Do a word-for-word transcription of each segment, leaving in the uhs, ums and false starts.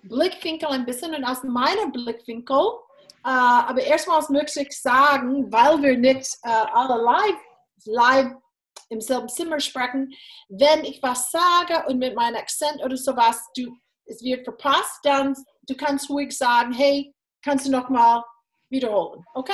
Blickwinkel ein bisschen und aus meinem Blickwinkel. Äh, aber erstmals möchte ich sagen, weil wir nicht äh, alle live, live im selben Zimmer sprechen, wenn ich was sage und mit meinem Akzent oder sowas, du, es wird verpasst, dann du kannst ruhig sagen, hey, kannst du nochmal wiederholen, okay?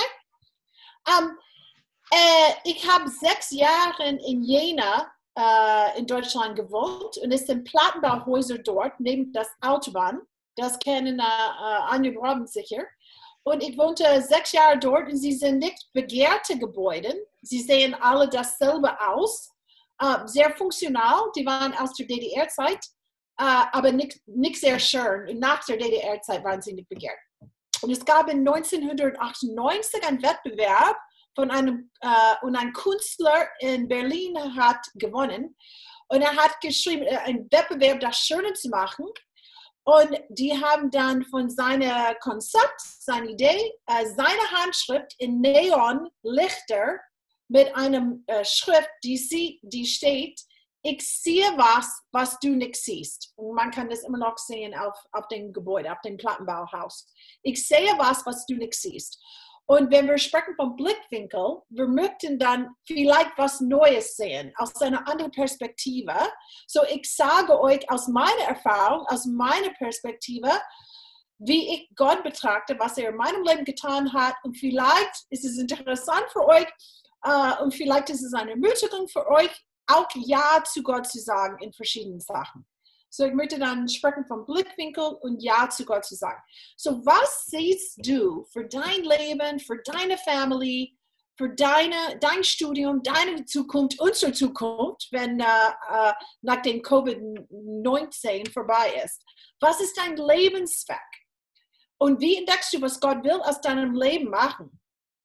Um, äh, ich habe sechs Jahre in Jena äh, in Deutschland gewohnt und es sind Plattenbauhäuser dort, neben das Autobahn. Das kennen äh, äh, Anja Robben sicher. Und ich wohnte sechs Jahre dort und sie sind nicht begehrte Gebäude. Sie sehen alle dasselbe aus. Uh, sehr funktional, die waren aus der D D R-Zeit, uh, aber nicht, nicht sehr schön. Und nach der D D R-Zeit waren sie nicht begehrt. Und es gab in neunzehnhundertachtundneunzig einen Wettbewerb von einem, uh, und ein Künstler in Berlin hat gewonnen. Und er hat geschrieben, einen Wettbewerb, das schöner zu machen. Und die haben dann von seinem Konzept, seiner Idee, uh, seine Handschrift in Neonlichter mit einem äh, Schrift, die, sie, die steht, ich sehe was, was du nicht siehst. Und man kann das immer noch sehen auf, auf dem Gebäude, auf dem Plattenbauhaus. Ich sehe was, was du nicht siehst. Und wenn wir sprechen vom Blickwinkel, wir möchten dann vielleicht was Neues sehen, aus einer anderen Perspektive. So, ich sage euch aus meiner Erfahrung, aus meiner Perspektive, wie ich Gott betrachte, was er in meinem Leben getan hat. Und vielleicht ist es interessant für euch, Uh, und vielleicht ist es eine Ermutigung für euch, auch Ja zu Gott zu sagen in verschiedenen Sachen. So, ich möchte dann sprechen vom Blickwinkel und Ja zu Gott zu sagen. So, was siehst du für dein Leben, für deine Family, für deine, dein Studium, deine Zukunft, unsere Zukunft, wenn uh, uh, nachdem Covid neunzehn vorbei ist? Was ist dein Lebenszweck? Und wie entdeckst du, was Gott will aus deinem Leben machen?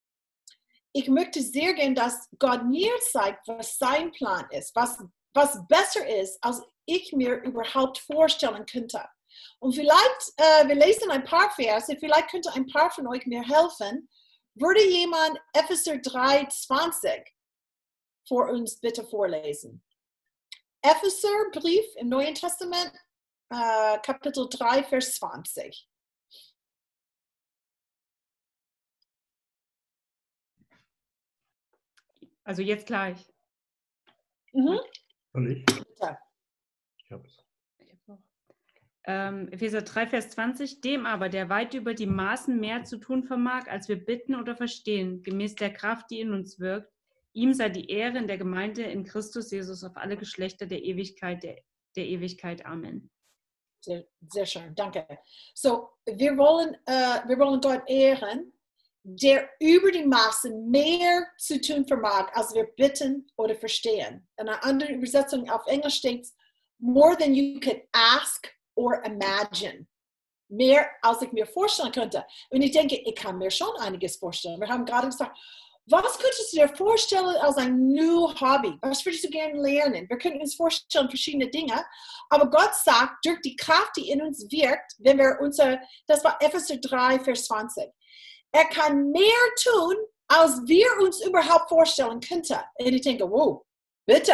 Ich möchte sehr gerne, dass Gott mir zeigt, was sein Plan ist, was, was besser ist, als ich mir überhaupt vorstellen könnte. Und vielleicht, äh, wir lesen ein paar Verse, vielleicht könnte ein paar von euch mir helfen. Würde jemand Epheser drei zwanzig vor uns bitte vorlesen? Epheser Brief im Neuen Testament, äh, Kapitel drei, Vers zwanzig. Also jetzt gleich. Mhm. Und ich? Ja. Ich hab's. Ähm, Epheser drei, Vers zwanzig. Dem aber, der weit über die Maßen mehr zu tun vermag, als wir bitten oder verstehen, gemäß der Kraft, die in uns wirkt, ihm sei die Ehre in der Gemeinde in Christus Jesus auf alle Geschlechter der Ewigkeit, der, der Ewigkeit. Amen. Sehr, sehr schön, danke. So, wir wollen, äh, wir wollen Gott ehren, der über die Maße mehr zu tun vermag, als wir bitten oder verstehen. In einer anderen Übersetzung auf Englisch steht es, more than you could ask or imagine. Mehr, als ich mir vorstellen könnte. Und ich denke, ich kann mir schon einiges vorstellen. Wir haben gerade gesagt, was könntest du dir vorstellen als ein neues Hobby? Was würdest du gerne lernen? Wir können uns vorstellen verschiedene Dinge, aber Gott sagt, durch die Kraft, die in uns wirkt, wenn wir unser, das war Epheser drei, Vers zwanzig, er kann mehr tun, als wir uns überhaupt vorstellen könnten. Und ich denke, wow, bitte.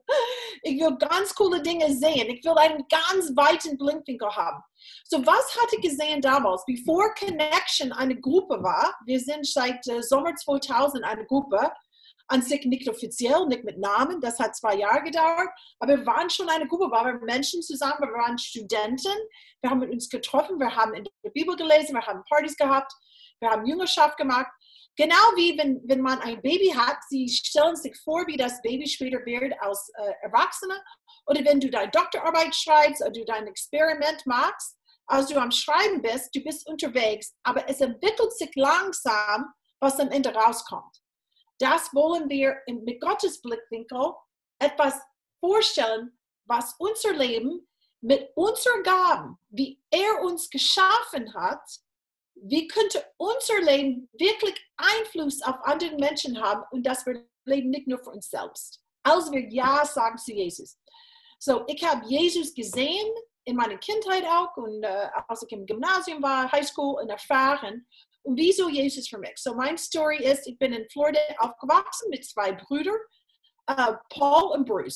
Ich will ganz coole Dinge sehen. Ich will einen ganz weiten Blickwinkel haben. So, was hatte ich gesehen damals? Bevor Connection eine Gruppe war, wir sind seit äh, Sommer zweitausend eine Gruppe, an sich nicht offiziell, nicht mit Namen, das hat zwei Jahre gedauert, aber wir waren schon eine Gruppe, wir waren Menschen zusammen, wir waren Studenten, wir haben mit uns getroffen, wir haben in der Bibel gelesen, wir haben Partys gehabt, wir haben Jüngerschaft gemacht. Genau wie wenn, wenn man ein Baby hat, sie stellen sich vor, wie das Baby später wird als äh, Erwachsene. Oder wenn du deine Doktorarbeit schreibst oder du dein Experiment machst, als du am Schreiben bist, du bist unterwegs, aber es entwickelt sich langsam, was am Ende rauskommt. Das wollen wir mit Gottes Blickwinkel etwas vorstellen, was unser Leben mit unseren Gaben, wie er uns geschaffen hat, wie könnte unser Leben wirklich Einfluss auf andere Menschen haben und dass wir leben nicht nur für uns selbst. Also wir Ja sagen zu Jesus. So, ich habe Jesus gesehen in meiner Kindheit auch und äh, als ich im Gymnasium war, Highschool und erfahren. Und wieso Jesus für mich? So, meine Story ist, ich bin in Florida aufgewachsen mit zwei Brüdern, äh, Paul und Bruce.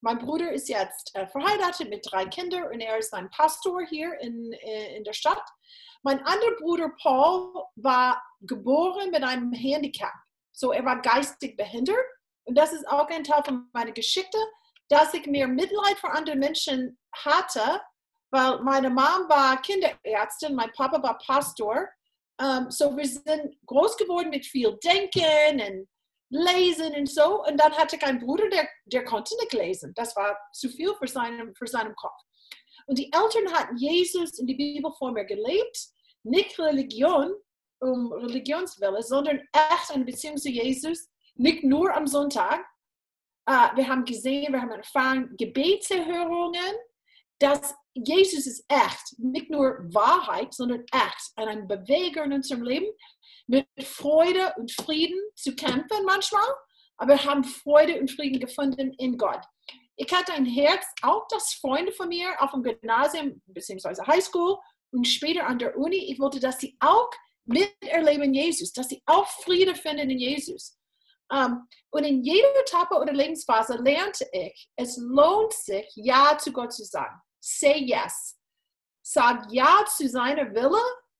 Mein Bruder ist jetzt äh, verheiratet mit drei Kindern und er ist ein Pastor hier in, in der Stadt. Mein anderer Bruder Paul war geboren mit einem Handicap. So, er war geistig behindert. Und das ist auch ein Teil von meiner Geschichte, dass ich mehr Mitleid für andere Menschen hatte, weil meine Mom war Kinderärztin, mein Papa war Pastor. Um, so wir sind groß geworden mit viel Denken und Lesen und so. Und dann hatte ich einen Bruder, der, der konnte nicht lesen. Das war zu viel für seinen, für seinen Kopf. Und die Eltern hatten Jesus in die Bibel vor mir gelebt. Nicht Religion, um Religionswille, sondern echt eine Beziehung zu Jesus. Nicht nur am Sonntag. Uh, wir haben gesehen, wir haben erfahren, Gebetserhörungen, dass Jesus ist echt, nicht nur Wahrheit, sondern echt, ein Beweger in unserem Leben, mit Freude und Frieden zu kämpfen manchmal, aber wir haben Freude und Frieden gefunden in Gott. Ich hatte ein Herz, auch dass Freunde von mir auf dem Gymnasium bzw. Highschool und später an der Uni, ich wollte, dass sie auch miterleben Jesus, dass sie auch Friede finden in Jesus. Um, und in jeder Etappe oder Lebensphase lernte ich, es lohnt sich, Ja zu Gott zu sagen. Say yes. Sag Ja zu seiner Wille.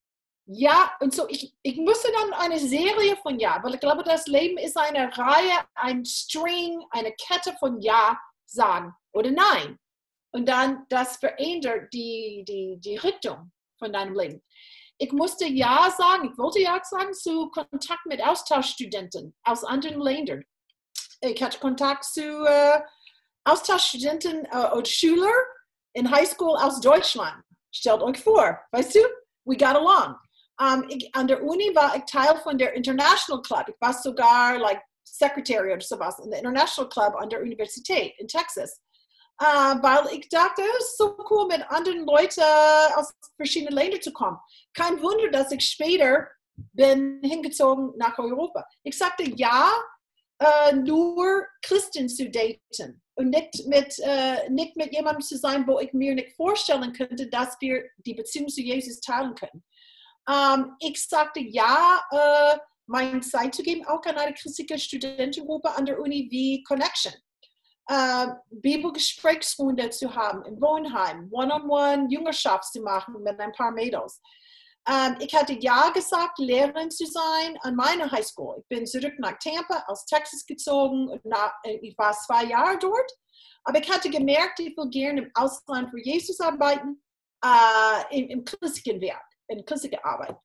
Ja, und so, ich, ich musste dann eine Serie von Ja, weil ich glaube, das Leben ist eine Reihe, ein String, eine Kette von Ja sagen oder Nein. Und dann, das verändert die, die, die Richtung von deinem Leben. Ich musste Ja sagen, ich wollte Ja sagen zu Kontakt mit Austauschstudenten aus anderen Ländern. Ich hatte Kontakt zu äh, Austauschstudenten äh, und Schülern in Highschool aus Deutschland. Stellt euch vor, weißt du, we got along. Um, ich, an der Uni war ich Teil von der International Club. Ich war sogar like Secretary oder sowas in der International Club an der Universität in Texas. Uh, weil ich dachte, es ist so cool, mit anderen Leuten aus verschiedenen Ländern zu kommen. Kein Wunder, dass ich später bin hingezogen nach Europa. Ich sagte ja, uh, nur Christen zu daten und nicht mit, uh, nicht mit jemandem zu sein, wo ich mir nicht vorstellen könnte, dass wir die Beziehung zu Jesus teilen können. Um, ich sagte ja, uh, meine Zeit zu geben, auch an eine christliche Studentengruppe an der Uni wie Connection. Uh, Bibelgesprächsrunde zu haben im Wohnheim, One-on-One Jüngerschaft zu machen mit ein paar Mädels. Um, ich hatte ja gesagt, Lehrerin zu sein an meiner Highschool. Ich bin zurück nach Tampa, aus Texas gezogen. Und nach, ich war zwei Jahre dort. Aber ich hatte gemerkt, ich will gerne im Ausland für Jesus arbeiten, uh, im, im christlichen Werk, in christlicher Arbeit.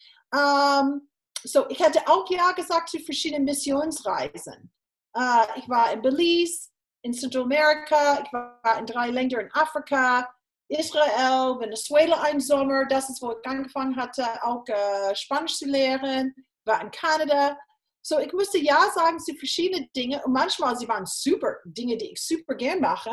Um, so, ich hatte auch ja gesagt zu verschiedenen Missionsreisen. Uh, ich war in Belize, in Zentralamerika, ich war in drei Ländern in Afrika, Israel, Venezuela einen Sommer, das ist, wo ich angefangen hatte, auch äh, Spanisch zu lernen, war in Kanada. So, ich musste ja sagen zu verschiedenen Dingen und manchmal, sie waren super, Dinge, die ich super gern mache,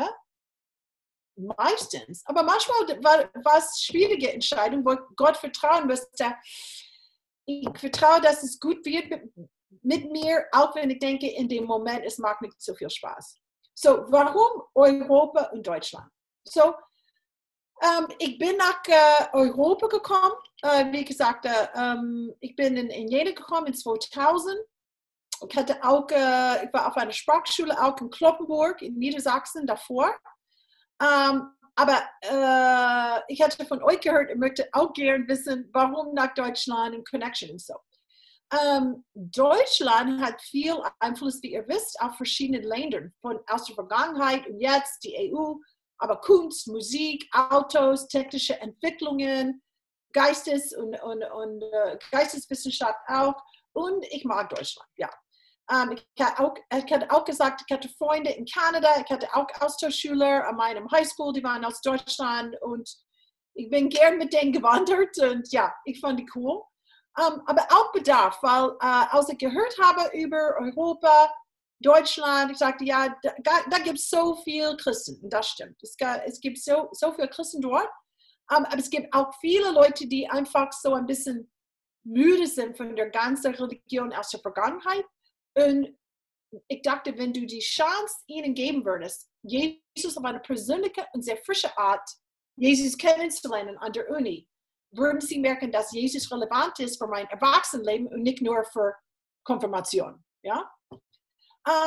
meistens. Aber manchmal war, war es schwierige Entscheidungen, wo ich Gott vertrauen musste. Ich vertraue, dass es gut wird mit, mit mir, auch wenn ich denke, in dem Moment, es macht nicht so viel Spaß. So, warum Europa und Deutschland? So, ähm, ich bin nach äh, Europa gekommen. Äh, wie gesagt, äh, ähm, ich bin in, in Jena gekommen in zweitausend. Ich hatte auch, äh, ich war auf einer Sprachschule auch in Kloppenburg in Niedersachsen davor. Ähm, aber äh, ich hatte von euch gehört, ich möchte auch gerne wissen, warum nach Deutschland und Connection und so. Um, Deutschland hat viel Einfluss, wie ihr wisst, auf verschiedene Länder, von aus der Vergangenheit und jetzt, die E U, aber Kunst, Musik, Autos, technische Entwicklungen, Geistes- und, und, und uh, Geisteswissenschaft auch. Und ich mag Deutschland, ja. Um, ich, hatte auch, ich hatte auch gesagt, ich hatte Freunde in Kanada, ich hatte auch Austauschschüler an meinem Highschool, die waren aus Deutschland und ich bin gern mit denen gewandert und ja, ich fand die cool. Um, aber auch Bedarf, weil uh, als ich gehört habe über Europa, Deutschland, ich sagte, ja, da, da gibt es so viele Christen. Und das stimmt. Es, es gibt so, so viele Christen dort. Um, aber es gibt auch viele Leute, die einfach so ein bisschen müde sind von der ganzen Religion aus der Vergangenheit. Und ich dachte, wenn du die Chance ihnen geben würdest, Jesus auf eine persönliche und sehr frische Art, Jesus kennenzulernen an der Uni, würden sie merken, dass Jesus relevant ist für mein Erwachsenenleben und nicht nur für Konfirmation. Ja? Um,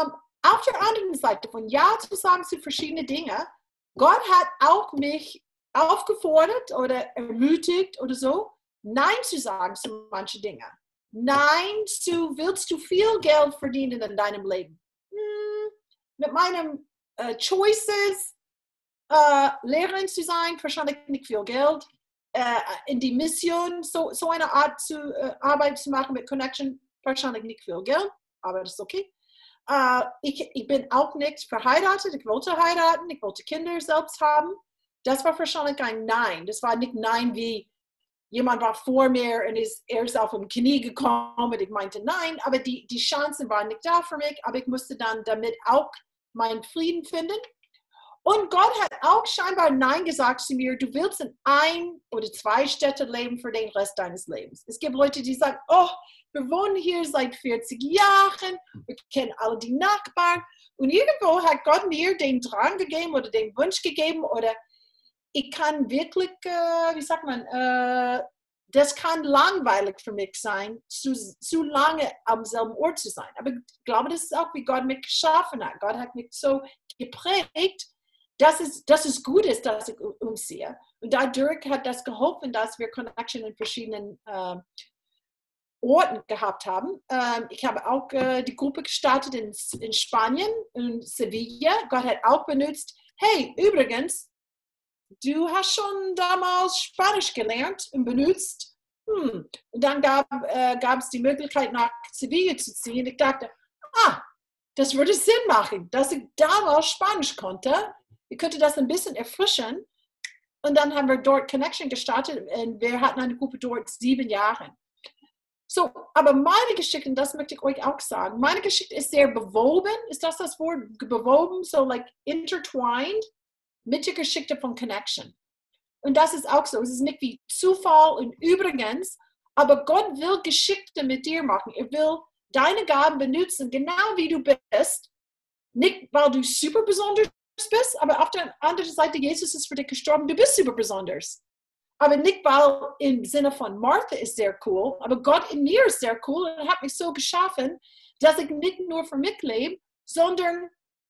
auf der anderen Seite, von Ja zu sagen zu verschiedenen Dingen, Gott hat auch mich aufgefordert oder ermutigt oder so, Nein zu sagen zu manchen Dingen. Nein zu, willst du viel Geld verdienen in deinem Leben? Hm, mit meinen äh, Choices, äh, Lehrerin zu sein, wahrscheinlich nicht viel Geld. Äh, in die Mission, so, so eine Art zu, äh, Arbeit zu machen mit Connection, wahrscheinlich nicht viel Geld, aber das ist okay. Uh, ich, ich bin auch nicht verheiratet, ich wollte heiraten, ich wollte Kinder selbst haben. Das war wahrscheinlich ein Nein. Das war nicht Nein wie jemand war vor mir und ist erst auf dem Knie gekommen und ich meinte Nein, aber die, die Chancen waren nicht da für mich, aber ich musste dann damit auch meinen Frieden finden. Und Gott hat auch scheinbar Nein gesagt zu mir, du willst in ein oder zwei Städte leben für den Rest deines Lebens. Es gibt Leute, die sagen, oh, wir wohnen hier seit vierzig Jahren, wir kennen alle die Nachbarn. Und irgendwo hat Gott mir den Drang gegeben oder den Wunsch gegeben oder ich kann wirklich, äh, wie sagt man, äh, das kann langweilig für mich sein, zu, zu lange am selben Ort zu sein. Aber ich glaube, das ist auch, wie Gott mich geschaffen hat. Gott hat mich so geprägt, dass es, dass es gut ist, dass ich umziehe. Und dadurch hat das geholfen, dass wir Connection in verschiedenen äh, Orten gehabt haben. Ähm, ich habe auch äh, die Gruppe gestartet in, in Spanien, in Sevilla. Gott hat auch benutzt, hey, übrigens, du hast schon damals Spanisch gelernt und benutzt. Hm. Und dann gab, äh, gab es die Möglichkeit, nach Sevilla zu ziehen. Ich dachte, ah, das würde Sinn machen, dass ich damals Spanisch konnte. Ich könnte das ein bisschen erfrischen. Und dann haben wir dort Connection gestartet und wir hatten eine Gruppe dort sieben Jahre. So, aber meine Geschichte, und das möchte ich euch auch sagen, meine Geschichte ist sehr bewoben. Ist das das Wort? Bewoben, so like intertwined mit der Geschichte von Connection. Und das ist auch so. Es ist nicht wie Zufall und übrigens, aber Gott will Geschichte mit dir machen. Er will deine Gaben benutzen, genau wie du bist. Nicht, weil du super besonders bist, aber auf der anderen Seite, Jesus ist für dich gestorben, du bist super besonders. Aber nicht, weil im Sinne von Martha ist sehr cool, aber Gott in mir ist sehr cool und hat mich so geschaffen, dass ich nicht nur für mich lebe, sondern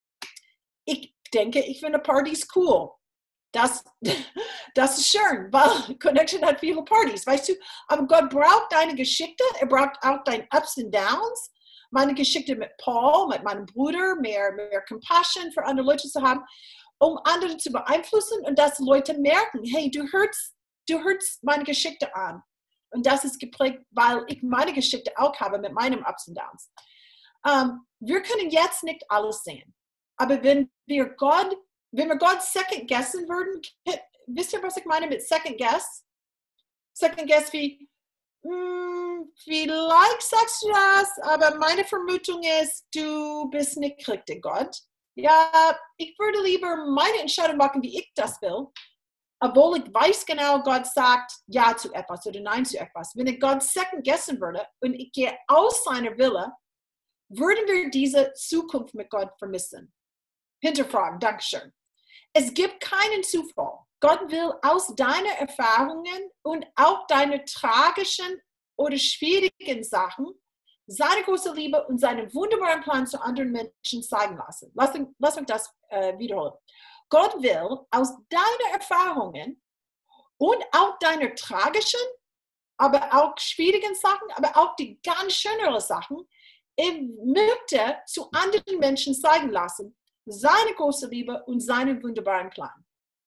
ich denke, ich finde Partys cool. Das, das ist schön, weil Connection hat viele Partys, weißt du? Aber Gott braucht deine Geschichte, er braucht auch deine Ups und Downs. Meine Geschichte mit Paul, mit meinem Bruder, mehr, mehr Compassion für andere Leute zu haben, um andere zu beeinflussen und dass Leute merken, hey, du hörst, du hörst meine Geschichte an. Und das ist geprägt, weil ich meine Geschichte auch habe mit meinen Ups und Downs. Um, wir können jetzt nicht alles sehen. Aber wenn wir Gott, wenn wir Gott second guessen würden, wisst ihr, was ich meine mit second guess? Second guess wie, hm, vielleicht sagst du das, aber meine Vermutung ist, du bist nicht richtig, Gott. Ja, ich würde lieber meine Entscheidung machen, wie ich das will, obwohl ich weiß genau, Gott sagt Ja zu etwas oder Nein zu etwas. Wenn ich Gott second guessen würde und ich gehe aus seiner Wille, würden wir diese Zukunft mit Gott vermissen. Hinterfragen, Dankeschön. Es gibt keinen Zufall. Gott will aus deinen Erfahrungen und auch deine tragischen oder schwierigen Sachen seine große Liebe und seinen wunderbaren Plan zu anderen Menschen zeigen lassen. Lass, lass mich das äh, wiederholen. Gott will aus deinen Erfahrungen und auch deine tragischen, aber auch schwierigen Sachen, aber auch die ganz schöneren Sachen, er möchte zu anderen Menschen zeigen lassen, seine große Liebe und seinen wunderbaren Plan.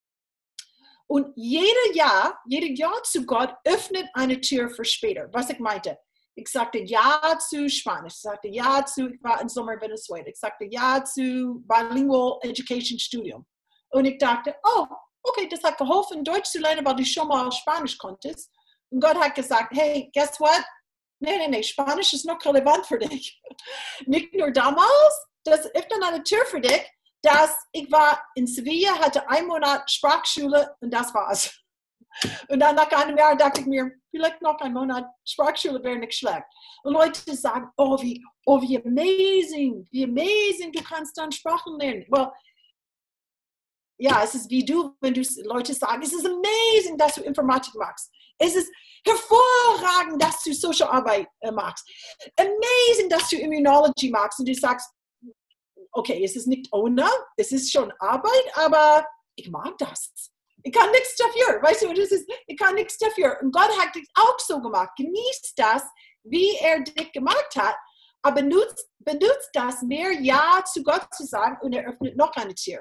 Und jedes Jahr, jedes Jahr zu Gott öffnet eine Tür für später. Was ich meinte, ich sagte Ja zu Spanisch, ich sagte Ja zu, ich war im Sommer in Venezuela, ich sagte Ja zu Bilingual Education Studium. Und ich dachte, oh, okay, das hat geholfen, Deutsch zu lernen, weil du schon mal Spanisch konntest. Und Gott hat gesagt, hey, guess what? Nee, nee, nee, Spanisch ist noch relevant für dich. Nicht nur damals, das öffnet eine Tür für dich, dass ich war in Sevilla, hatte einen Monat Sprachschule und das war's. Und dann nach einem Jahr dachte ich mir, vielleicht noch ein Monat Sprachschule wäre nicht schlecht. Und Leute sagen, oh wie, oh, wie amazing, wie amazing, du kannst dann Sprachen lernen. Well, ja, es ist wie du, wenn du Leute sagen, es ist amazing, dass du Informatik magst. Es ist hervorragend, dass du Social Arbeit äh, magst. Amazing, dass du Immunology magst. Und du sagst, okay, es ist nicht ohne, es ist schon Arbeit, aber ich mag das. Ich kann nichts dafür, weißt du, das ist, ich kann nichts dafür. Und Gott hat dich auch so gemacht. Genieß das, wie er dich gemacht hat, aber benutzt, benutzt das mehr Ja zu Gott zu sagen und er öffnet noch eine Tür.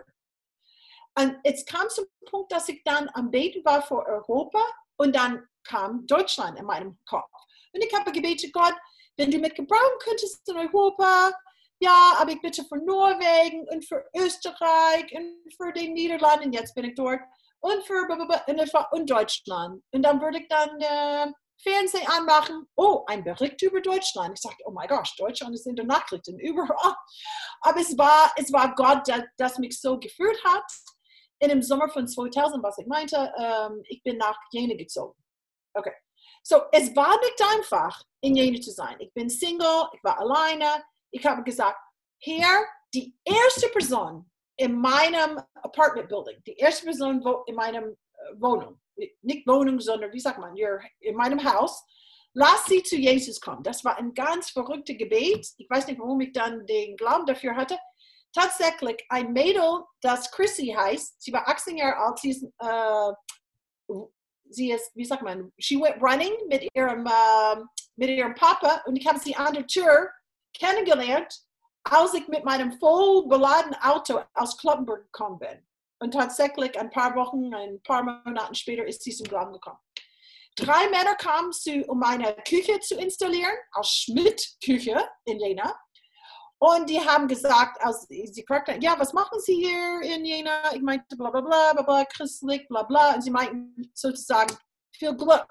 Und es kam zum Punkt, dass ich dann am Beten war für Europa und dann kam Deutschland in meinem Kopf. Und ich habe gebetet, Gott, wenn du mich gebrauchen könntest in Europa, ja, aber ich bitte für Norwegen und für Österreich und für die Niederlande, und jetzt bin ich dort, und für und Deutschland. Und dann würde ich dann äh, Fernsehen anmachen. Oh, ein Bericht über Deutschland. Ich sagte, oh mein Gott, Deutschland ist in den Nachrichten überall. Aber es war, es war Gott, der, das mich so geführt hat. In dem Sommer von zweitausend, was ich meinte, ähm, ich bin nach Jena gezogen. Okay. So, es war nicht einfach, in Jena zu sein. Ich bin Single, ich war alleine. Ich habe gesagt, Herr, die erste Person in meinem Apartment Building, die erste Person in meiner Wohnung, nicht Wohnung, sondern wie sagt man, in meinem Haus, lass sie zu Jesus kommen. Das war ein ganz verrücktes Gebet. Ich weiß nicht, warum ich dann den Glauben dafür hatte. Tatsächlich, ein Mädel, das Chrissy heißt, sie war achtzehn Jahre alt, sie ist, äh, sie ist, wie sagt man, she went running mit ihrem, äh, mit ihrem Papa und ich habe sie an der Tür kennengelernt, als ich mit meinem voll beladenen Auto aus Kloppenburg gekommen bin. Und tatsächlich ein paar Wochen, ein paar Monate später ist sie zum Glauben gekommen. Drei Männer kamen, zu, um meine Küche zu installieren, als Schmidt-Küche in Jena. Und die haben gesagt, als sie fragten, ja, was machen Sie hier in Jena? Ich meinte, bla bla bla, bla bla, christlich, bla bla. Und sie meinten sozusagen, viel Glück.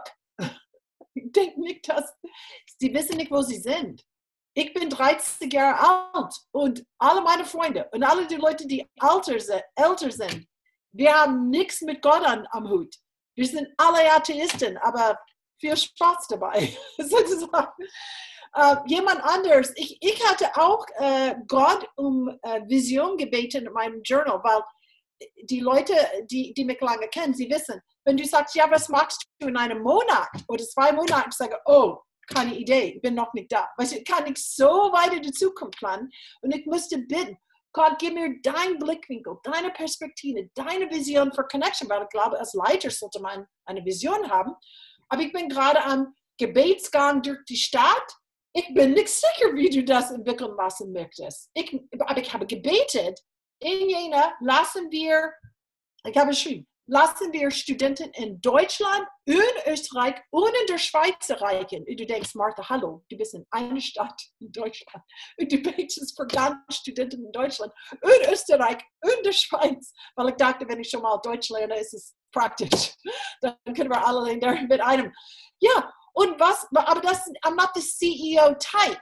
Ich denke nicht, dass sie wissen nicht, wo sie sind. Ich bin dreißig Jahre alt und alle meine Freunde und alle die Leute, die älter sind, älter sind wir haben nichts mit Gott an, am Hut. Wir sind alle Atheisten, aber viel Spaß dabei, sozusagen. Uh, jemand anders, ich, ich hatte auch uh, Gott um uh, Vision gebeten in meinem Journal, weil die Leute, die, die mich lange kennen, sie wissen, wenn du sagst, ja, was machst du in einem Monat oder zwei Monaten, ich sage, oh, keine Idee, ich bin noch nicht da. Weißt du, ich kann nicht so weit in die Zukunft planen und ich musste bitten, Gott, gib mir deinen Blickwinkel, deine Perspektive, deine Vision für Connection, weil ich glaube, als Leiter sollte man eine Vision haben. Aber ich bin gerade am Gebetsgang durch die Stadt. Ich bin nicht sicher, wie du das entwickeln lassen möchtest. Ich, aber ich habe gebetet, in Jena lassen wir, ich habe geschrieben, lassen wir Studenten in Deutschland, in Österreich und in der Schweiz erreichen. Und du denkst, Martha, hallo, du bist in einer Stadt in Deutschland. Und du betest für ganz Studenten in Deutschland, in Österreich und der Schweiz. Weil ich dachte, wenn ich schon mal Deutsch lerne, ist es praktisch. Dann können wir alle lernen mit einem. Ja, und was, aber das, I'm not the C E O type.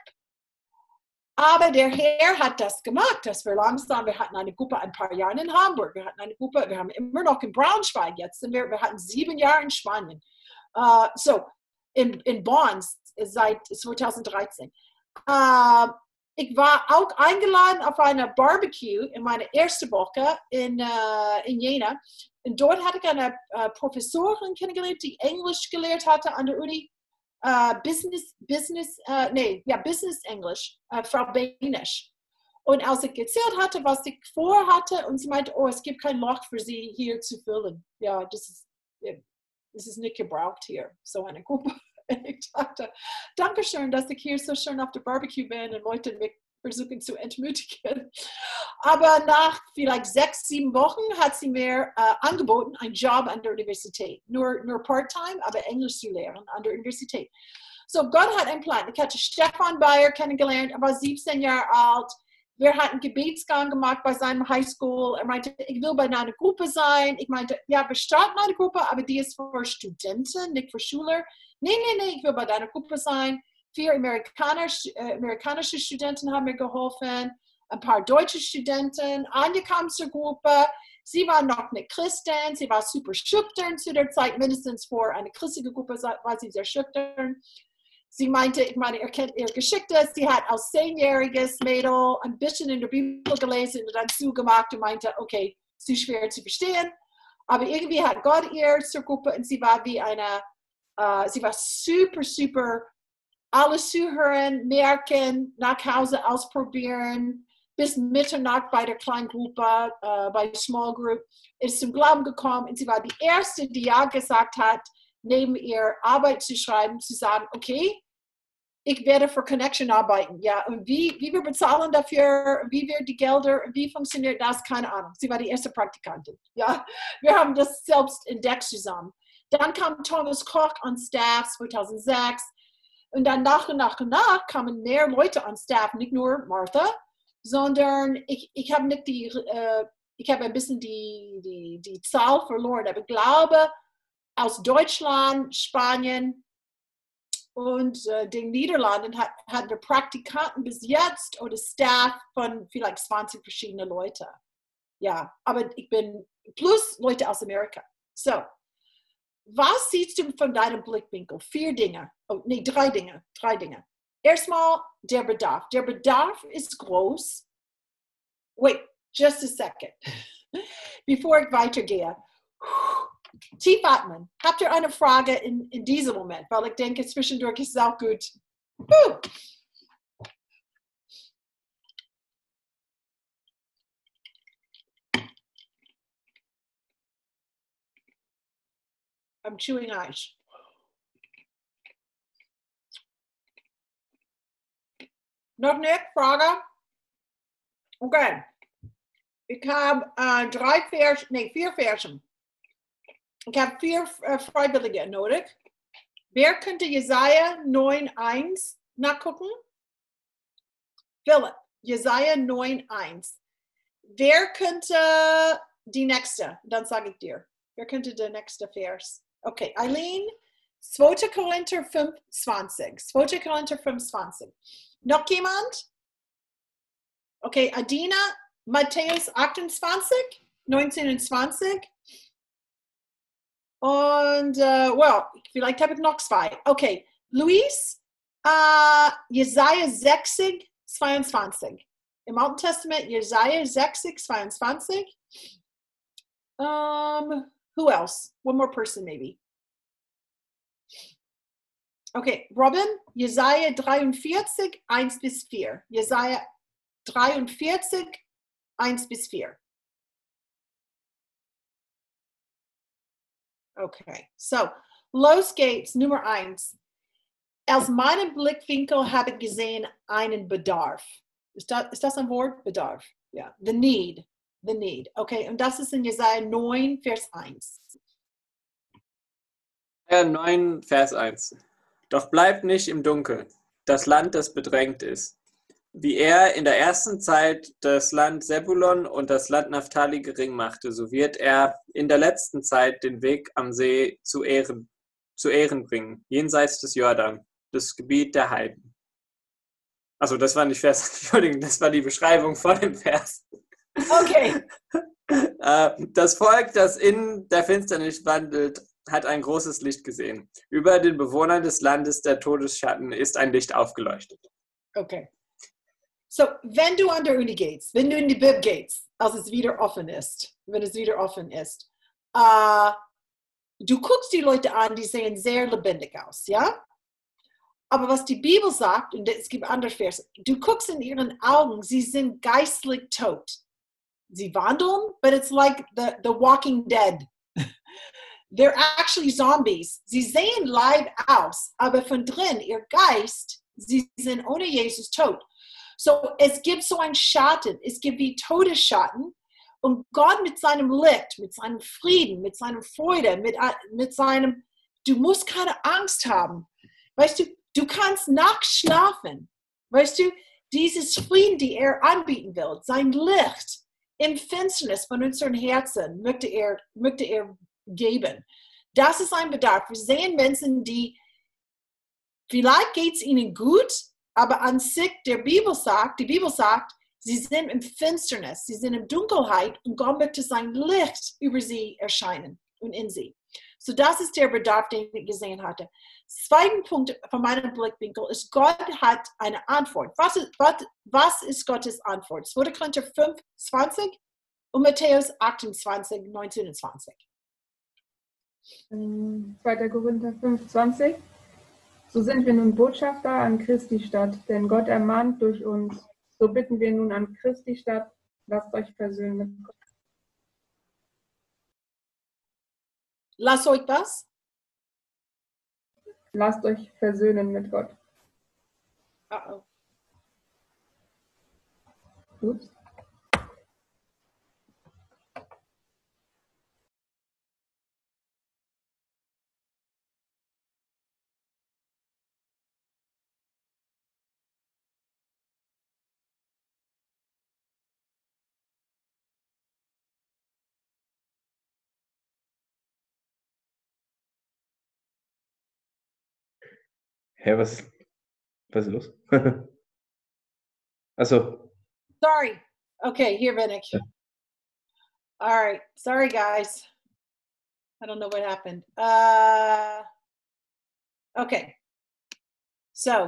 Aber der Herr hat das gemacht, dass wir langsam, wir hatten eine Gruppe ein paar Jahre in Hamburg, wir hatten eine Gruppe, wir haben immer noch in Braunschweig jetzt, sind wir, wir hatten sieben Jahre in Spanien. Uh, so, in, in Bonn seit zweitausenddreizehn. Uh, ich war auch eingeladen auf eine Barbecue in meiner ersten Woche in, uh, in Jena. Und dort hatte ich eine uh, Professorin kennengelernt, die Englisch gelehrt hatte an der Uni. Uh, Business, Business, uh, nee, ja, Business English, uh, Frau Benisch. Und als ich erzählt hatte, was ich vorhatte, und sie meinte, oh, es gibt kein Loch für Sie hier zu füllen. Ja, das ist, das ist nicht gebraucht hier, so eine Gruppe. Und ich dachte, Dankeschön, dass ich hier so schön auf der Barbecue bin und Leute mich versuchen zu entmutigen. Aber nach vielleicht sechs, sieben Wochen hat sie mir äh, angeboten, einen Job an der Universität. Nur, nur Part-Time, aber Englisch zu lehren an der Universität. So, Gott hat einen Plan. Ich hatte Stefan Bayer kennengelernt, er war siebzehn Jahre alt. Wir hatten Gebetsgang gemacht bei seinem Highschool. Er meinte, ich will bei einer Gruppe sein. Ich meinte, ja, wir starten eine Gruppe, aber die ist für Studenten, nicht für Schüler. Nee, nee, nee, ich will bei deiner Gruppe sein. Vier amerikanische, äh, amerikanische Studenten haben mir geholfen, ein paar deutsche Studenten. Anja kam zur Gruppe. Sie war noch eine Christin. Sie war super schüchtern zu der Zeit. Mindestens vor einer christliche Gruppe war sie sehr schüchtern. Sie meinte, ich meine, ihr kennt ihr Geschichte. Sie hat als zehnjähriges Mädel ein bisschen in der Bibel gelesen und dann zugemacht und meinte, okay, zu schwer zu verstehen. Aber irgendwie hat Gott ihr zur Gruppe und sie war wie eine, uh, sie war super, super alles zuhören, merken, nach Hause ausprobieren, bis Mitternacht bei der Kleingruppe, äh, bei Small Group, ist zum Glauben gekommen und sie war die Erste, die ja gesagt hat, neben ihr Arbeit zu schreiben, zu sagen, okay, ich werde für Connection arbeiten, ja, und wie, wie wir bezahlen dafür, wie wir die Gelder, wie funktioniert das, keine Ahnung. Sie war die erste Praktikantin, ja. Wir haben das selbst entdeckt zusammen. Dann kam Thomas Koch an Staff zweitausendsechs und dann nach und nach und nach kamen mehr Leute an Staff, nicht nur Martha, sondern ich, ich habe nicht die, äh, ich habe ein bisschen die, die, die Zahl verloren, aber ich glaube, aus Deutschland, Spanien, und äh, den Niederlanden hat, hatten wir Praktikanten bis jetzt oder Staff von vielleicht zwanzig verschiedene Leute. Ja, aber ich bin plus Leute aus Amerika. So, was siehst du von deinem Blickwinkel? Vier Dinge. Oh, nee, drei Dinge. Drei Dinge. Erstmal der Bedarf. Der Bedarf ist groß. Wait, just a second. Bevor ich weitergehe. Tief atmen. Habt ihr eine Frage in, in diesem Moment? Weil ich denke, zwischendurch ist es auch gut. Huh. I'm chewing ice. Noch eine Frage? Okay. Ich habe äh, drei Versen, nee, vier Versen. Ich habe vier äh, Freiwillige nötig. Wer könnte Jesaja neun eins nachgucken? Philipp, Jesaja neun eins. Wer könnte die nächste? Dann sage ich dir. Wer könnte der nächste Vers? Okay, Eileen, zweiter Korinther fünf zwanzig. zweiter Korinther fünf zwanzig. Noch jemand? Okay, Adina, Matthäus achtundzwanzig, neunzehn und zwanzig. Und, uh, well, vielleicht habe ich noch zwei. Okay, Luis, uh, Jesaja sechzig, zweiundzwanzig. Im Alten Testament, Jesaja sechzig, zweiundzwanzig. Um, who else? One more person, maybe. Okay, Robin, Jesaja dreiundvierzig, eins bis vier. Jesaja dreiundvierzig, eins bis vier. Okay, so, los geht's, Nummer eins. Aus meinem Blickwinkel habe ich gesehen einen Bedarf. Ist das, ist das ein Wort? Bedarf. Ja, the need, the need. Okay, und das ist in Jesaja neun, Vers eins. Jesaja neun, Vers eins. Doch bleibt nicht im Dunkeln, das Land, das bedrängt ist. Wie er in der ersten Zeit das Land Sebulon und das Land Naphtali gering machte, so wird er in der letzten Zeit den Weg am See zu Ehren, zu Ehren bringen, jenseits des Jordan, das Gebiet der Heiden. Also das war nicht Vers, Entschuldigung, das war die Beschreibung von dem Vers. Okay. Das Volk, das in der Finsternis wandelt, hat ein großes Licht gesehen. Über den Bewohnern des Landes der Todesschatten ist ein Licht aufgeleuchtet. Okay. So, wenn du an der Uni gehst, wenn du in die Bib gehst, als es wieder offen ist, wenn es wieder offen ist, uh, du guckst die Leute an, die sehen sehr lebendig aus, ja? Aber was die Bibel sagt, und es gibt andere Verse, du guckst in ihren Augen, sie sind geistlich tot. Sie wandeln, but it's like the, the Walking Dead. They're actually zombies. Sie sehen live aus, aber von drin, ihr Geist, sie sind ohne Jesus tot. So, es gibt so einen Schatten, es gibt wie Todesschatten und Gott mit seinem Licht, mit seinem Frieden, mit seiner Freude, mit, mit seinem, du musst keine Angst haben. Weißt du, du kannst nachts schlafen. Weißt du, dieses Frieden, die er anbieten will, sein Licht im Finsternis von unseren Herzen möchte er, möchte er geben. Das ist ein Bedarf. Wir sehen Menschen, die, vielleicht geht es ihnen gut, aber an sich, der Bibel sagt, die Bibel sagt, sie sind im Finsternis, sie sind in Dunkelheit und Gott möchte sein Licht über sie erscheinen und in sie. So, das ist der Bedarf, den ich gesehen hatte. Zweiter Punkt von meinem Blickwinkel ist, Gott hat eine Antwort. Was ist, was, was ist Gottes Antwort? zweiter Korinther fünf, zwanzig und Matthäus achtundzwanzig, neunzehn und zwanzig. zweiter Korinther fünf, zwanzig. So sind wir nun Botschafter an Christi Stadt, denn Gott ermahnt durch uns, So bitten wir nun an Christi statt, lasst euch versöhnen mit Gott. Lasst euch was? Lasst euch versöhnen mit Gott. Uh-oh. Ups. Hä, was, was ist los? Achso. Sorry. Okay, hier bin ich. Ja. All right. Sorry, guys. I don't know what happened. Uh, okay. So.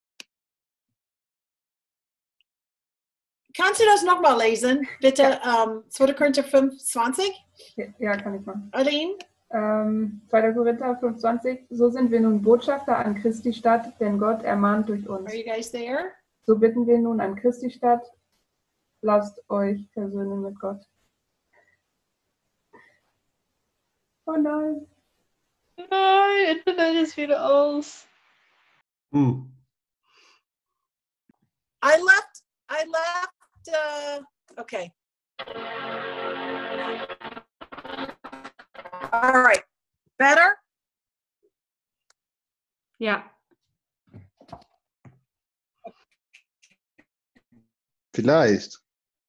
Kannst du das nochmal lesen? Bitte, Ja. um, zweiter Korinther fünf zwanzig. Ja, ja, kann ich machen. Aline? Ähm, zweiter Korinther fünf zwanzig. So sind wir nun Botschafter an Christi statt, denn Gott ermahnt durch uns. Are you guys there? So bitten wir nun an Christi statt, lasst euch versöhnen mit Gott. Oh nein. Nein, Internet ist wieder aus. Hm. I left, I left, uh, okay. All right. Better? Ja. Vielleicht.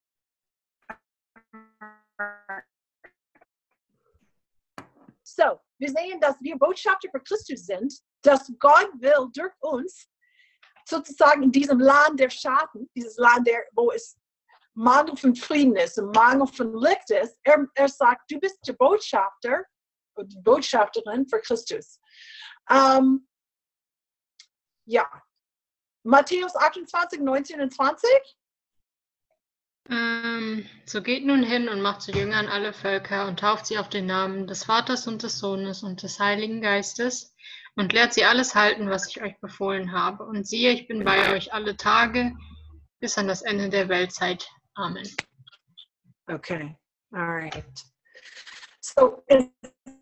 So, wir sehen, dass wir Botschafter für Christus sind, dass Gott will durch uns sozusagen in diesem Land der Schatten, dieses Land, der, wo es Mangel von Frieden ist und Mangel von Licht ist, er, er sagt, du bist der Botschafter oder die Botschafterin für Christus. Ähm, ja, Matthäus achtundzwanzig, neunzehn und zwanzig. Ähm, so geht nun hin und macht zu Jüngern alle Völker und tauft sie auf den Namen des Vaters und des Sohnes und des Heiligen Geistes und lehrt sie alles halten, was ich euch befohlen habe. Und siehe, ich bin bei euch alle Tage bis an das Ende der Weltzeit. Amen. Okay, all right. So, is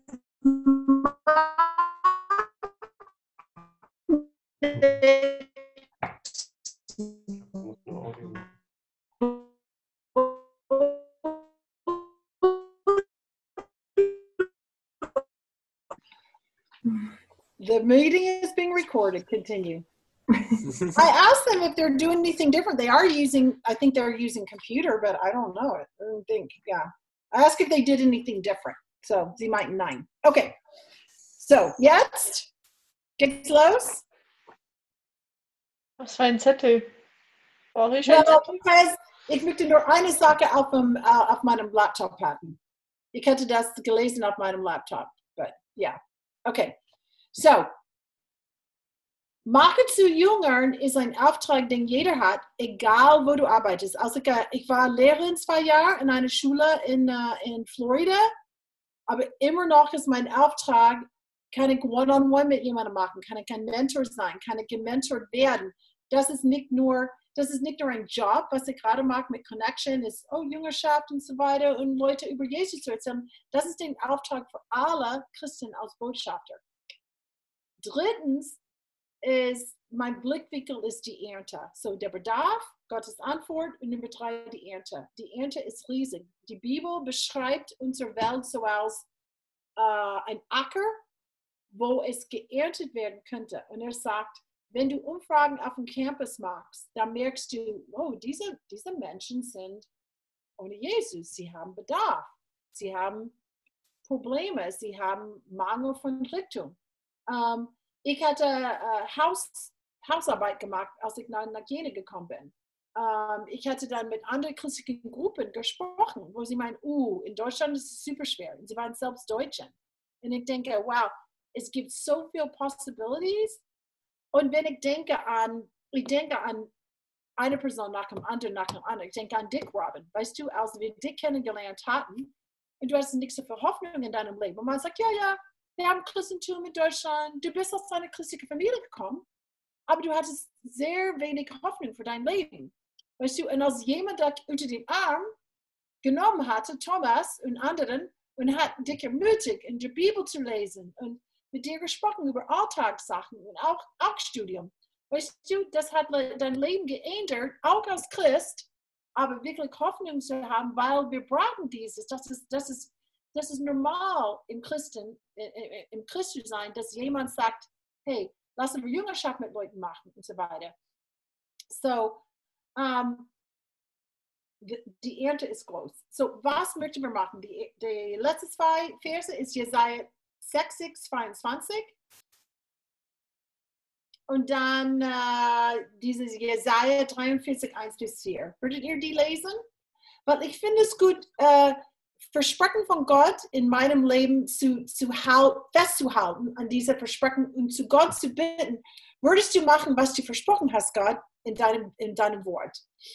the meeting is being recorded. Continue. I asked them if they're doing anything different. They are using, I think they're using computer, but I don't know it. I don't think, yeah. I asked if they did anything different. So, sie meinten nein. Okay. So, jetzt geht's los. Was für ein Zettel? Brauche ich No, ein Zettel? because ich möchte nur eine Sache auf, dem, uh, auf meinem Laptop haben. Ich hätte das gelesen auf meinem Laptop, but yeah. Okay. So, Mache zu Jüngern ist ein Auftrag, den jeder hat, egal wo du arbeitest. Also ich war Lehrerin zwei Jahre in einer Schule in, uh, in Florida, aber immer noch ist mein Auftrag, kann ich One-on-One mit jemandem machen, kann ich ein Mentor sein, kann ich gementort werden. Das ist nicht nur, das ist nicht nur ein Job, was ich gerade mache mit Connection, ist oh, Jüngerschaft und so weiter und Leute über Jesus zu erzählen. Das ist der Auftrag für alle Christen als Botschafter. Drittens, ist, mein Blickwinkel ist die Ernte. So der Bedarf, Gottes Antwort und Nummer drei die Ernte. Die Ernte ist riesig. Die Bibel beschreibt unsere Welt so als äh, ein Acker, wo es geerntet werden könnte. Und er sagt, wenn du Umfragen auf dem Campus machst, dann merkst du, oh, diese, diese Menschen sind ohne Jesus. Sie haben Bedarf. Sie haben Probleme. Sie haben Mangel von Richtung. Ähm, Ich hatte äh, Haus, Hausarbeit gemacht, als ich nach, nach Jena gekommen bin. Ähm, ich hatte dann mit anderen christlichen Gruppen gesprochen, wo sie meinen, uh, in Deutschland ist es super schwer. Und sie waren selbst Deutschen. Und ich denke, wow, es gibt so viele Possibilities. Und wenn ich denke an, ich denke an eine Person nach dem anderen, nach dem anderen. Ich denke an Dick Robin. Weißt du, als wir Dick kennengelernt hatten, und du hast nicht so viel Hoffnung in deinem Leben. Und man sagt, ja, ja, wir haben Christentum in Deutschland, du bist aus einer christlichen Familie gekommen, aber du hattest sehr wenig Hoffnung für dein Leben. Weißt du, und als jemand das unter den Arm genommen hatte, Thomas und anderen, und hat dich ermutigt, in der Bibel zu lesen und mit dir gesprochen über Alltagssachen und auch, auch Studium. Weißt du, das hat dein Leben geändert, auch als Christ, aber wirklich Hoffnung zu haben, weil wir brauchen dieses. Das ist, das ist, das ist normal im Christen, im Christensein, dass jemand sagt, hey, lassen wir Jüngerschaft mit Leuten machen und so weiter. So, um, die, die Ernte ist groß. So, was möchten wir machen? Die, die letzten zwei Verse ist Jesaja sechzig, zweiundzwanzig. Und dann äh, dieses Jesaja dreiundvierzig, eins bis vier. Würdet ihr die lesen? Weil ich finde es gut, äh, Versprechen von Gott in meinem Leben zu, zu halt, festzuhalten, an diese Versprechen und zu Gott zu bitten. Würdest du machen, was du versprochen hast, Gott, in deinem, in deinem Wort?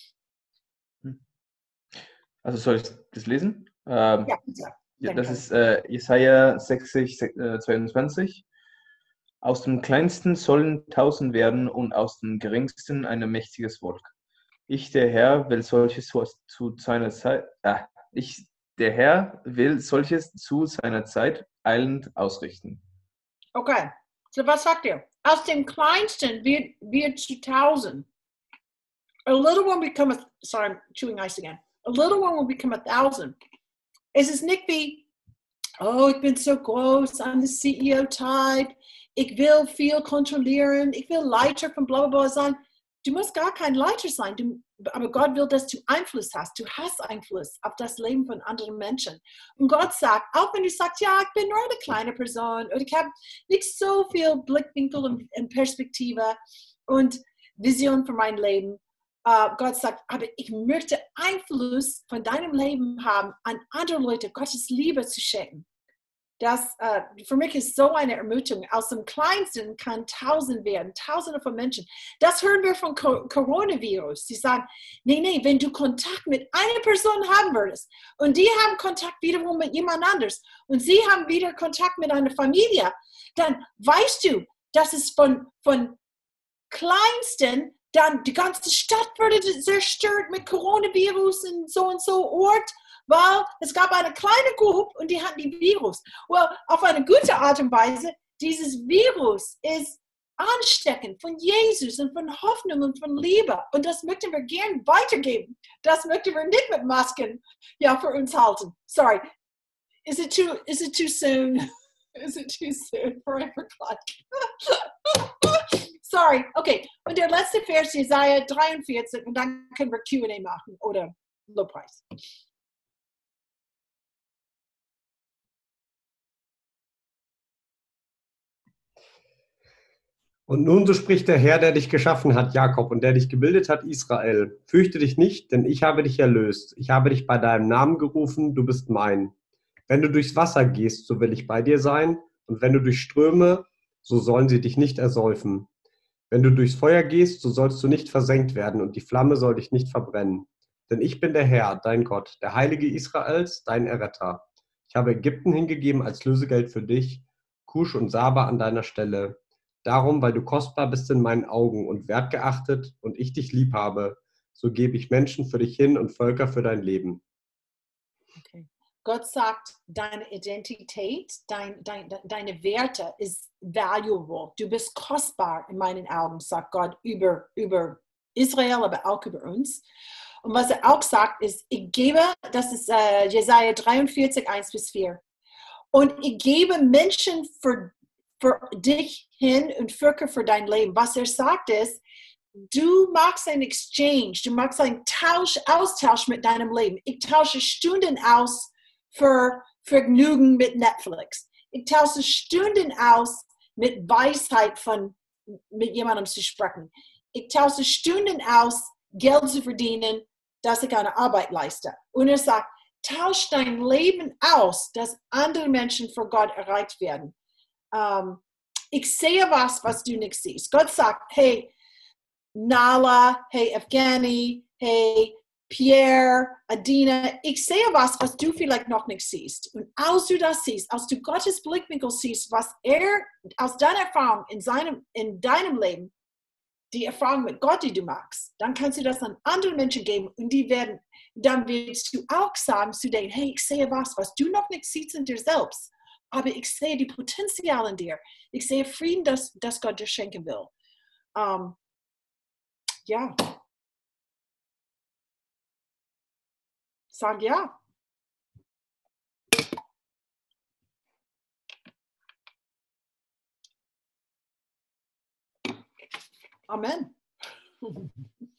Also soll ich das lesen? Ähm, Ja, ja. ja, das ist äh, Jesaja sechzig, zweiundzwanzig. Aus dem Kleinsten sollen tausend werden und aus dem Geringsten ein mächtiges Volk. Ich, der Herr, will solches zu, zu seiner Zeit, äh, ich, der Herr will solches zu seiner Zeit eilend ausrichten. Okay, so was sagt ihr? Aus dem Kleinsten wird, wird zu tausend. A little one become a, sorry, I'm chewing ice again. A little one will become a thousand. Es ist nicht wie, oh, ich bin so groß, I'm the C E O-Type, ich will viel kontrollieren, ich will Leiter von bla bla bla sein. Du musst gar kein Leiter sein, du, aber Gott will, dass du Einfluss hast. Du hast Einfluss auf das Leben von anderen Menschen. Und Gott sagt, auch wenn du sagst, ja, ich bin nur eine kleine Person oder ich habe nicht so viel Blickwinkel und, und Perspektive und Vision für mein Leben, Uh, Gott sagt, aber ich möchte Einfluss von deinem Leben haben, an andere Leute Gottes Liebe zu schenken. Das uh, für mich ist so eine Ermutigung. Aus dem Kleinsten kann tausend werden, tausende von Menschen. Das hören wir von Co- Coronavirus. Sie sagen, nee, nee, wenn du Kontakt mit einer Person haben würdest und die haben Kontakt wiederum mit jemand anders und sie haben wieder Kontakt mit einer Familie, dann weißt du, dass es von, von Kleinsten dann die ganze Stadt wurde zerstört mit Coronavirus und so und so Ort, weil es gab eine kleine Gruppe und die hatten die Virus. Well, auf eine gute Art und Weise, dieses Virus ist ansteckend von Jesus und von Hoffnung und von Liebe. Und das möchten wir gern weitergeben. Das möchten wir nicht mit Masken ja, für uns halten. Sorry. Is it too, is it too soon? Is it too soon for I forgot? Sorry, okay. Und der letzte Vers, Jesaja dreiundvierzig, und dann können wir Q and A machen oder Lobpreis. Und nun so spricht der Herr, der dich geschaffen hat, Jakob, und der dich gebildet hat, Israel. Fürchte dich nicht, denn ich habe dich erlöst. Ich habe dich bei deinem Namen gerufen, du bist mein. Wenn du durchs Wasser gehst, so will ich bei dir sein, und wenn du durch Ströme, so sollen sie dich nicht ersäufen. Wenn du durchs Feuer gehst, so sollst du nicht versenkt werden, und die Flamme soll dich nicht verbrennen. Denn ich bin der Herr, dein Gott, der Heilige Israels, dein Erretter. Ich habe Ägypten hingegeben als Lösegeld für dich, Kusch und Saba an deiner Stelle. Darum, weil du kostbar bist in meinen Augen und wertgeachtet und ich dich lieb habe, so gebe ich Menschen für dich hin und Völker für dein Leben. Okay. Gott sagt, deine Identität, dein, dein, deine Werte ist valuable. Du bist kostbar in meinen Augen, sagt Gott über, über Israel, aber auch über uns. Und was er auch sagt, ist, ich gebe, das ist uh, Jesaja dreiundvierzig, eins bis vier. Und ich gebe Menschen für, für dich hin und Völker für dein Leben. Was er sagt ist, du machst einen Exchange, du machst einen Tausch, Austausch mit deinem Leben. Ich tausche Stunden aus für Vergnügen mit Netflix. Ich tausche Stunden aus mit Weisheit von mit jemandem zu sprechen. Ich tausche Stunden aus, Geld zu verdienen, dass ich eine Arbeit leiste. Und er sagt, tausch dein Leben aus, dass andere Menschen vor Gott erreicht werden. Um, ich sehe was, was du nicht siehst. Gott sagt, hey, Nala, hey, Evgeny, hey, Pierre, Adina, ich sehe was, was du vielleicht noch nicht siehst. Und als du das siehst, als du Gottes Blickwinkel siehst, was er aus deiner Erfahrung in, seinem, in deinem Leben die Erfahrung mit Gott, die du machst, dann kannst du das an andere Menschen geben und die werden, dann wirst du auch sagen zu denen, hey, ich sehe was, was du noch nicht siehst in dir selbst, aber ich sehe die Potenzial in dir. Ich sehe Frieden, das, das Gott dir schenken will. Um, ja. Sag ja. Amen.